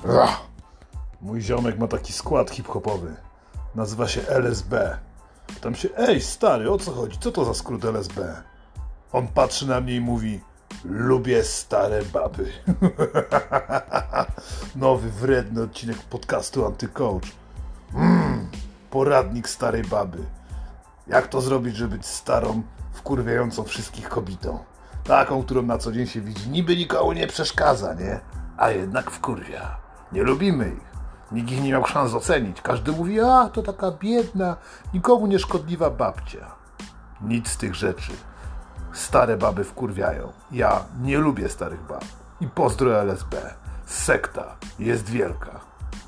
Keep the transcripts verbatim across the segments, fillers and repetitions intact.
Ach, mój ziomek ma taki skład hip-hopowy. Nazywa się L S B. Tam się, ej stary, o co chodzi? Co to za skrót L S B? On patrzy na mnie i mówi: lubię stare baby. Nowy, wredny odcinek podcastu Antycoach. Mm, poradnik starej baby. Jak to zrobić, żeby być starą, wkurwiającą wszystkich kobietą? Taką, którą na co dzień się widzi, niby nikomu nie przeszkadza, nie? A jednak wkurwia. Nie lubimy ich. Nikt ich nie miał szans ocenić. Każdy mówi: a to taka biedna, nikomu nieszkodliwa babcia. Nic z tych rzeczy. Stare baby wkurwiają. Ja nie lubię starych bab. I pozdro L S B. Sekta jest wielka.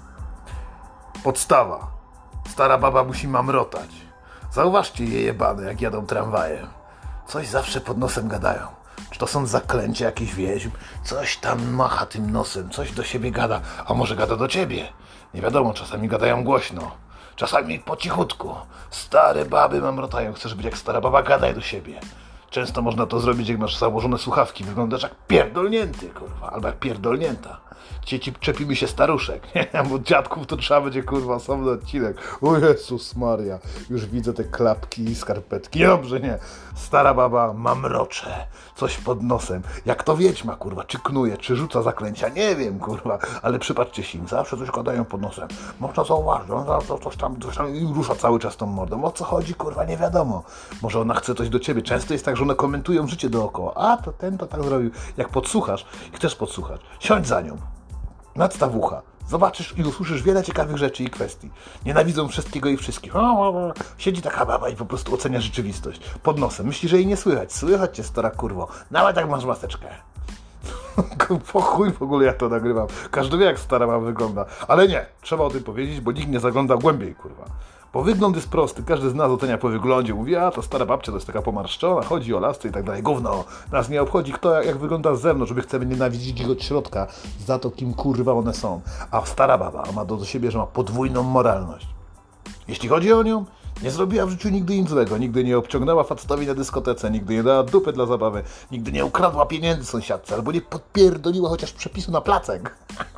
Podstawa. Stara baba musi mamrotać. Zauważcie je jebane, jak jadą tramwajem. Coś zawsze pod nosem gadają. Czy to są zaklęcia jakichś wieźm? Coś tam macha tym nosem, coś do siebie gada. A może gada do ciebie? Nie wiadomo, czasami gadają głośno. Czasami po cichutku. Stare baby mamrotają. Chcesz być jak stara baba? Gadaj do siebie. Często można to zrobić, jak masz założone słuchawki. Wyglądasz jak pierdolnięty, kurwa. Albo jak pierdolnięta. Dzieci czepimy się staruszek. Nie, bo dziadków to trzeba będzie, kurwa, osobny odcinek. O Jezus Maria. Już widzę te klapki i skarpetki. Dobrze, nie. Stara baba mamrocze. Coś pod nosem. Jak to wiedźma, kurwa. Czy knuje, czy rzuca zaklęcia. Nie wiem, kurwa. Ale przypatrzcie się im. Zawsze coś gadają pod nosem. Można zauważyć. On zawsze coś tam, coś tam i rusza cały czas tą mordą. O co chodzi, kurwa, nie wiadomo. Może ona chce coś do ciebie. Często jest tak, że one komentują życie dookoła. A, to ten to tak zrobił. Jak podsłuchasz i chcesz podsłuchać, siądź za nią. Nadstaw ucha. Zobaczysz i usłyszysz wiele ciekawych rzeczy i kwestii. Nienawidzą wszystkiego i wszystkich. Siedzi taka baba i po prostu ocenia rzeczywistość. Pod nosem. Myśli, że jej nie słychać. Słychać cię, stara kurwo. Nawet jak masz maseczkę. Po chuj w ogóle ja to nagrywam. Każdy wie, jak stara baba wygląda. Ale nie. Trzeba o tym powiedzieć, bo nikt nie zagląda głębiej, kurwa. Bo wygląd jest prosty. Każdy z nas ocenia po wyglądzie. Mówi: a to stara babcia, to jest taka pomarszczona, chodzi o lasce i tak dalej. Gówno. Nas nie obchodzi, kto jak, jak wygląda z zewnątrz. My chcemy nienawidzić ich od środka za to, kim kurwa one są. A stara baba ma do siebie, że ma podwójną moralność. Jeśli chodzi o nią, nie zrobiła w życiu nigdy nic złego. Nigdy nie obciągnęła facetowi na dyskotece. Nigdy nie dała dupy dla zabawy. Nigdy nie ukradła pieniędzy sąsiadce. Albo nie podpierdoliła chociaż przepisu na placek.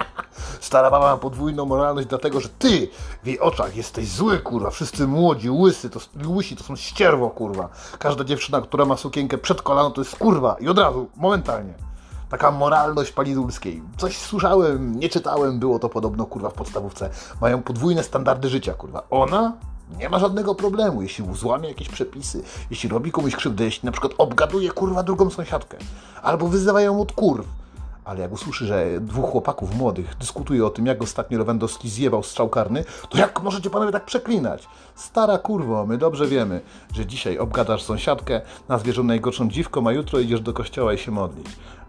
Stara baba ma podwójną moralność, dlatego że ty w jej oczach jesteś zły, kurwa. Wszyscy młodzi, łysy, to, łysi to są ścierwo, kurwa. Każda dziewczyna, która ma sukienkę przed kolano, to jest kurwa. I od razu, momentalnie. Taka moralność pani Dulskiej. Coś słyszałem, nie czytałem, było to podobno, kurwa, w podstawówce. Mają podwójne standardy życia, kurwa. Ona nie ma żadnego problemu, jeśli złamie jakieś przepisy, jeśli robi komuś krzywdę, jeśli na przykład obgaduje, kurwa, drugą sąsiadkę. Albo wyzywają od kurw. Ale jak usłyszy, że dwóch chłopaków młodych dyskutuje o tym, jak ostatnio Lewandowski zjebał strzał karny, to jak możecie panowie tak przeklinać? Stara kurwo, my dobrze wiemy, że dzisiaj obgadasz sąsiadkę, nazwiesz ją najgorszą dziwką, a jutro idziesz do kościoła i się modlić.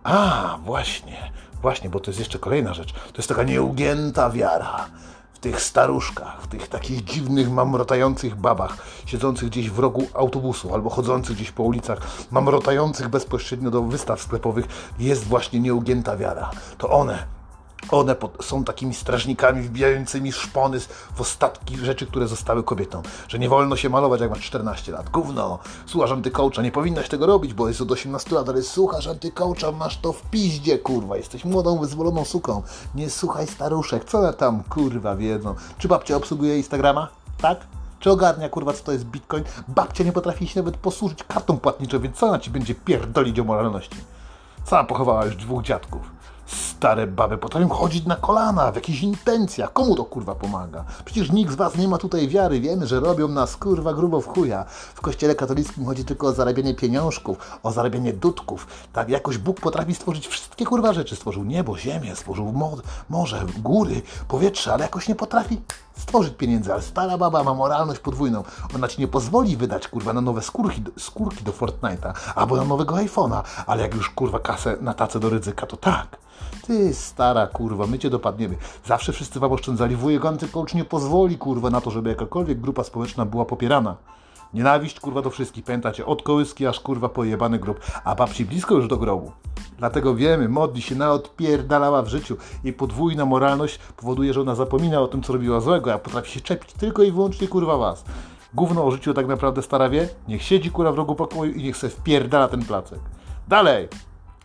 A, właśnie, właśnie, bo to jest jeszcze kolejna rzecz. To jest taka nieugięta wiara w tych staruszkach, w tych takich dziwnych, mamrotających babach, siedzących gdzieś w rogu autobusu albo chodzących gdzieś po ulicach, mamrotających bezpośrednio do wystaw sklepowych, jest właśnie nieugięta wiara. To one, one pod, są takimi strażnikami wbijającymi szpony w ostatki rzeczy, które zostały kobietą. Że nie wolno się malować, jak masz czternaście lat. Gówno, słuchasz Antycoacha, nie powinnaś tego robić, bo jest od osiemnastu lat, ale słuchasz Antycoacha, masz to w piździe, kurwa. Jesteś młodą, wyzwoloną suką. Nie słuchaj staruszek, co one tam, kurwa, wiedzą. Czy babcia obsługuje Instagrama? Tak? Czy ogarnia, kurwa, co to jest Bitcoin? Babcia nie potrafi się nawet posłużyć kartą płatniczą, więc co ona ci będzie pierdolić o moralności? Sama pochowała już dwóch dziadków. Stare baby potrafią chodzić na kolana, w jakichś intencjach. Komu to, kurwa, pomaga? Przecież nikt z was nie ma tutaj wiary. Wiemy, że robią nas, kurwa, grubo w chuja. W kościele katolickim chodzi tylko o zarabianie pieniążków, o zarabianie dudków. Tak, jakoś Bóg potrafi stworzyć wszystkie, kurwa, rzeczy. Stworzył niebo, ziemię, stworzył morze, góry, powietrze, ale jakoś nie potrafi stworzyć pieniędzy. Ale stara baba ma moralność podwójną. Ona ci nie pozwoli wydać, kurwa, na nowe skórki, skórki do Fortnite'a albo na nowego iPhone'a. Ale jak już, kurwa, kasę na tacę do Rydzyka, to tak. Ty, stara kurwa, my cię dopadniemy. Zawsze wszyscy wam oszczędzali. Wujek Antycoach nie pozwoli, kurwa, na to, żeby jakakolwiek grupa społeczna była popierana. Nienawiść, kurwa, do wszystkich. Pamiętacie, od kołyski aż, kurwa, pojebany grób. A babci blisko już do grobu. Dlatego wiemy, modli się, na odpierdalała w życiu. Jej podwójna moralność powoduje, że ona zapomina o tym, co robiła złego, a potrafi się czepić tylko i wyłącznie, kurwa, was. Gówno o życiu tak naprawdę stara wie. Niech siedzi, kurwa, w rogu pokoju i niech se wpierdala ten placek. Dalej!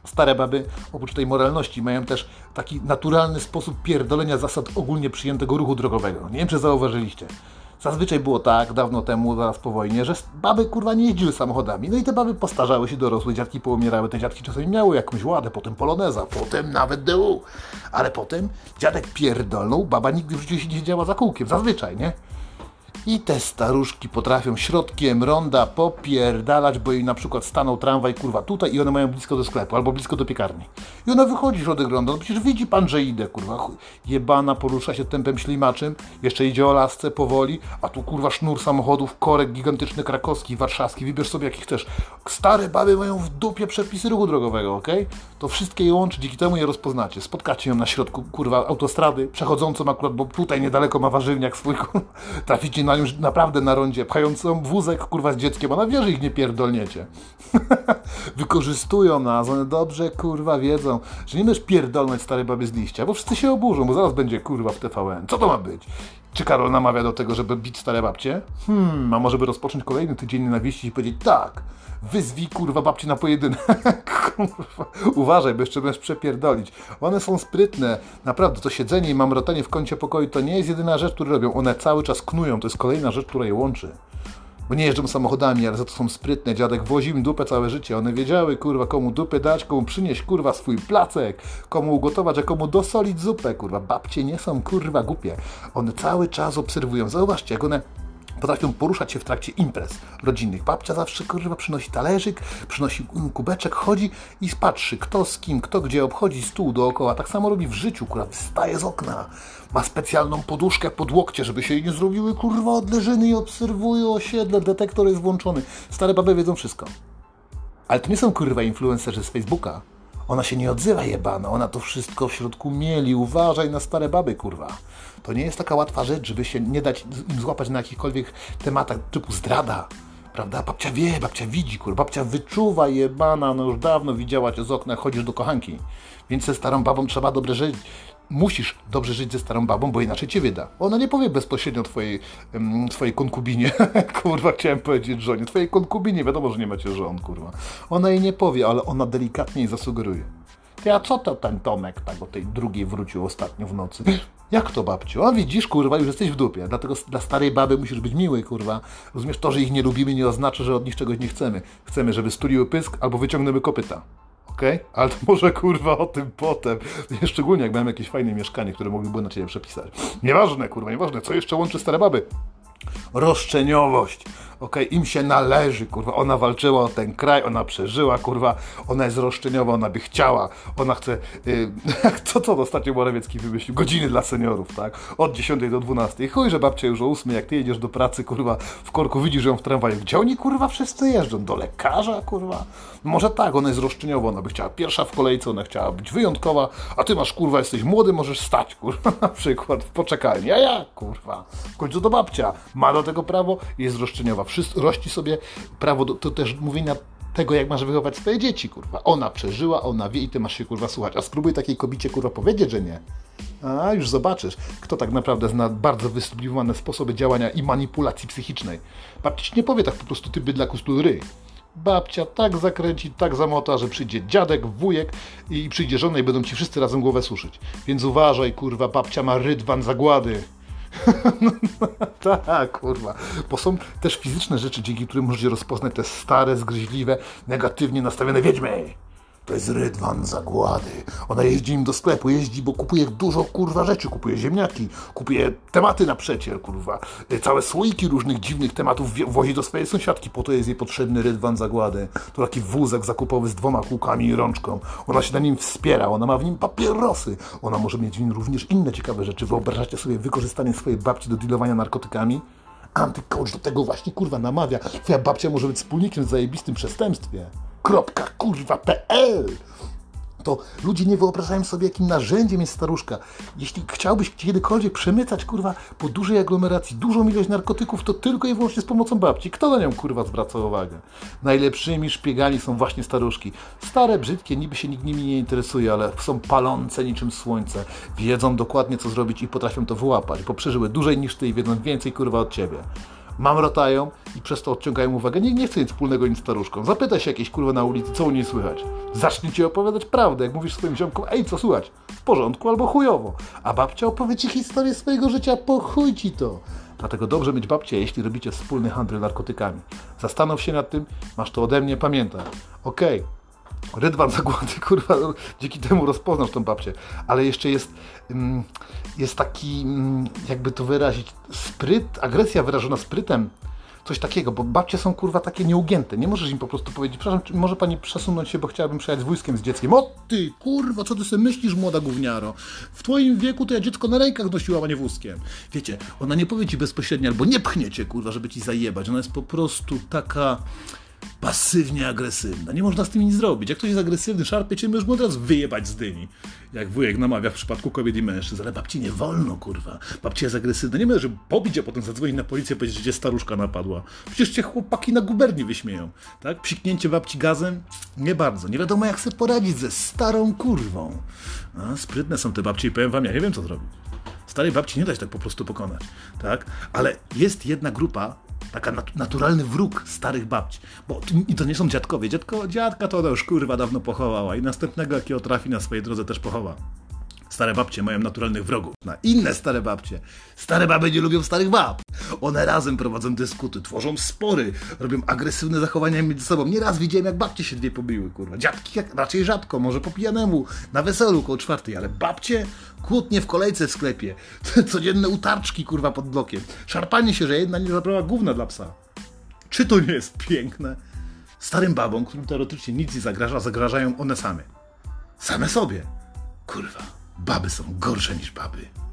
Stare baby, oprócz tej moralności, mają też taki naturalny sposób pierdolenia zasad ogólnie przyjętego ruchu drogowego. Nie wiem, czy zauważyliście. Zazwyczaj było tak, dawno temu, zaraz po wojnie, że baby kurwa nie jeździły samochodami. No i te baby postarzały się, dorosły, dziadki poumierały, te dziadki czasami miały jakąś ładę, potem poloneza, potem nawet D U. Ale potem dziadek pierdolnął, baba nigdy w życiu się nie siedziała za kółkiem, zazwyczaj, nie? I te staruszki potrafią środkiem ronda popierdalać, bo jej na przykład stanął tramwaj kurwa tutaj i one mają blisko do sklepu albo blisko do piekarni. I ona wychodzi środek ronda, no przecież widzi pan, że idę kurwa. Chuj. Jebana porusza się tempem ślimaczym, jeszcze idzie o lasce powoli, a tu kurwa sznur samochodów, korek gigantyczny krakowski, warszawski, wybierz sobie jaki chcesz. Stare baby mają w dupie przepisy ruchu drogowego, okej? Okay? To wszystkie je łączy, dzięki temu je rozpoznacie. Spotkacie ją na środku kurwa autostrady, przechodzącą akurat, bo tutaj niedaleko ma warzywniak swój, kurwa. Traficie na już naprawdę na rondzie, pchającą wózek kurwa z dzieckiem, ona wie, że ich nie pierdolniecie. Wykorzystują nas, one dobrze kurwa wiedzą, że nie możesz pierdolnąć stare baby z liścia, bo wszyscy się oburzą, bo zaraz będzie kurwa w T V N. Co to ma być? Czy Karol namawia do tego, żeby bić stare babcie? Hmm, a może by rozpocząć kolejny tydzień nienawiści i powiedzieć tak, wyzwij kurwa babcie na pojedynek. Kurwa. Uważaj, bo jeszcze będziesz przepierdolić. One są sprytne. Naprawdę, to siedzenie i mamrotanie w kącie pokoju to nie jest jedyna rzecz, którą robią. One cały czas knują. To jest kolejna rzecz, która je łączy. Bo nie jeżdżą samochodami, ale za to są sprytne. Dziadek wozi im dupę całe życie. One wiedziały, kurwa, komu dupę dać, komu przynieść, kurwa, swój placek, komu ugotować, a komu dosolić zupę, kurwa. Babcie nie są, kurwa, głupie. One cały czas obserwują. Zauważcie, jak one potrafią poruszać się w trakcie imprez rodzinnych. Babcia zawsze, kurwa, przynosi talerzyk, przynosi kubeczek, chodzi i patrzy, kto z kim, kto gdzie, obchodzi stół dookoła. Tak samo robi w życiu, kurwa, wystaje z okna. Ma specjalną poduszkę pod łokcie, żeby się jej nie zrobiły, kurwa, odleżyny i obserwuje osiedle, detektor jest włączony. Stare baby wiedzą wszystko. Ale to nie są, kurwa, influencerzy z Facebooka. Ona się nie odzywa, jebana, ona to wszystko w środku mieli. Uważaj na stare baby, kurwa. To nie jest taka łatwa rzecz, żeby się nie dać im złapać na jakichkolwiek tematach typu zdrada. Prawda? Babcia wie, babcia widzi, kurwa. Babcia wyczuwa, jebana, no już dawno widziała cię z okna, chodzisz do kochanki. Więc ze starą babą trzeba dobrze żyć. Musisz dobrze żyć ze starą babą, bo inaczej cię wyda. Ona nie powie bezpośrednio twojej, um, twojej konkubinie. Kurwa, chciałem powiedzieć żonie. Twojej konkubinie, wiadomo, że nie macie żon, kurwa. Ona jej nie powie, ale ona delikatnie jej zasugeruje. Ty, a co to ten Tomek tak o tej drugiej wrócił ostatnio w nocy? Jak to, babciu? A widzisz, kurwa, już jesteś w dupie. Dlatego dla starej baby musisz być miły, kurwa. Rozumiesz, to, że ich nie lubimy, nie oznacza, że od nich czegoś nie chcemy. Chcemy, żeby stuliły pysk albo wyciągnęły kopyta. Okej? Okay? Ale to może, kurwa, o tym potem. Szczególnie jak miałem jakieś fajne mieszkanie, które mogliby na ciebie przepisać. Nieważne, kurwa, nieważne. Co jeszcze łączy stare baby? Roszczeniowość. Okej, okay? Im się należy, kurwa. Ona walczyła o ten kraj, ona przeżyła, kurwa. Ona jest roszczeniowa, ona by chciała. Ona chce... Yy, co to ostatnio Morawiecki wymyślił? Godziny dla seniorów, tak? Od dziesiątej do dwunastej. Chuj, że babcia już o ósmej, jak ty jedziesz do pracy, kurwa, w korku widzisz ją w tramwaju. Gdzie oni, kurwa, wszyscy jeżdżą? Do lekarza, kurwa? Może tak, ona jest roszczeniowa, ona by chciała pierwsza w kolejce, ona chciała być wyjątkowa, a ty masz, kurwa, jesteś młody, możesz stać, kurwa, na przykład w poczekalni. A jak, kurwa? W końcu to babcia ma do tego prawo i jest roszczeniowa. Wszyscy, rości sobie prawo do to też mówienia tego, jak masz wychować swoje dzieci, kurwa. Ona przeżyła, ona wie i ty masz się, kurwa, słuchać. A spróbuj takiej kobicie, kurwa, powiedzieć, że nie. A już zobaczysz, kto tak naprawdę zna bardzo wysublimowane sposoby działania i manipulacji psychicznej. Babcia ci nie powie tak po prostu, ty bydlaku stój ryj. Babcia tak zakręci, tak zamota, że przyjdzie dziadek, wujek i przyjdzie żona i będą ci wszyscy razem głowę suszyć. Więc uważaj, kurwa, babcia ma rydwan zagłady. Tak, kurwa. Bo są też fizyczne rzeczy, dzięki którym możecie rozpoznać te stare, zgryźliwe, negatywnie nastawione wiedźmy. To jest rydwan zagłady. Ona jeździ im do sklepu, jeździ, bo kupuje dużo, kurwa, rzeczy. Kupuje ziemniaki, kupuje tematy na przecier, kurwa. Całe słoiki różnych dziwnych tematów wozi do swojej sąsiadki. Po to jest jej potrzebny rydwan zagłady. To taki wózek zakupowy z dwoma kółkami i rączką. Ona się na nim wspiera, ona ma w nim papierosy. Ona może mieć w nim również inne ciekawe rzeczy. Wyobrażacie sobie wykorzystanie swojej babci do dealowania narkotykami? Antycoach do tego właśnie, kurwa, namawia. Twoja babcia może być wspólnikiem w zajebistym przestępstwie. Kropka, kurwa, .pl. To ludzie nie wyobrażają sobie, jakim narzędziem jest staruszka. Jeśli chciałbyś kiedykolwiek przemycać, kurwa, po dużej aglomeracji dużą ilość narkotyków, to tylko i wyłącznie z pomocą babci. Kto na nią, kurwa, zwraca uwagę? Najlepszymi szpiegami są właśnie staruszki. Stare, brzydkie, niby się nikt nimi nie interesuje, ale są palące niczym słońce. Wiedzą dokładnie, co zrobić i potrafią to wyłapać, bo przeżyły dłużej niż ty i wiedzą więcej, kurwa, od ciebie. mamrotają i przez to odciągają uwagę. Nie, nie chcę nic wspólnego nic z staruszką. Zapytaj się jakieś kurwa na ulicy, co u niej słychać. Zacznij ci opowiadać prawdę, jak mówisz swoim ziomkom, ej, co słychać? W porządku albo chujowo. A babcia opowie ci historię swojego życia, po chuj ci to. Dlatego dobrze mieć babcię, jeśli robicie wspólny handel narkotykami. Zastanów się nad tym, masz to ode mnie, pamiętaj. Okej. Okay. Rydwan Zagłady, kurwa, dzięki temu rozpoznasz tą babcię, ale jeszcze jest, jest taki, jakby to wyrazić, spryt, agresja wyrażona sprytem, coś takiego, bo babcie są, kurwa, takie nieugięte, nie możesz im po prostu powiedzieć, przepraszam, czy może pani przesunąć się, bo chciałabym przejechać z wózkiem z dzieckiem. O ty, kurwa, co ty sobie myślisz, młoda gówniaro? W twoim wieku to ja dziecko na rękach nosiłam, a nie wózkiem. Wiecie, ona nie powie ci bezpośrednio, albo nie pchnie cię, kurwa, żeby ci zajebać, ona jest po prostu taka pasywnie agresywna. Nie można z tym nic zrobić. Jak ktoś jest agresywny, szarpie cię, możesz mu od razu wyjebać z dyni. Jak wujek namawia w przypadku kobiet i mężczyzn. Ale babci nie wolno, kurwa. Babcia jest agresywna. Nie możesz pobić, a potem zadzwonić na policję i powiedzieć, że cię staruszka napadła. Przecież cię chłopaki na guberni wyśmieją. Tak? Psiknięcie babci gazem? Nie bardzo. Nie wiadomo, jak sobie poradzić ze starą kurwą. A, sprytne są te babcie i powiem wam, ja nie wiem, co zrobić. Starej babci nie da się tak po prostu pokonać. Tak? Ale jest jedna grupa, taka nat- naturalny wróg starych babci. Bo i to nie są dziadkowie. Dziadko, dziadka to ona już kurwa dawno pochowała i następnego, jakiego trafi na swojej drodze, też pochowa. Stare babcie mają naturalnych wrogów. Na inne stare babcie. Stare baby nie lubią starych bab. One razem prowadzą dyskuty, tworzą spory, robią agresywne zachowania między sobą. Nieraz widziałem, jak babcie się dwie pobiły, kurwa. Dziadki jak, raczej rzadko, może po pijanemu, na weselu koło czwartej, ale babcie kłótnie w kolejce w sklepie. Codzienne utarczki, kurwa, pod blokiem. Szarpanie się, że jedna nie zabrała gówna dla psa. Czy to nie jest piękne? Starym babom, którym teoretycznie nic nie zagraża, zagrażają one same. Same sobie. Kurwa. Baby są gorsze niż baby.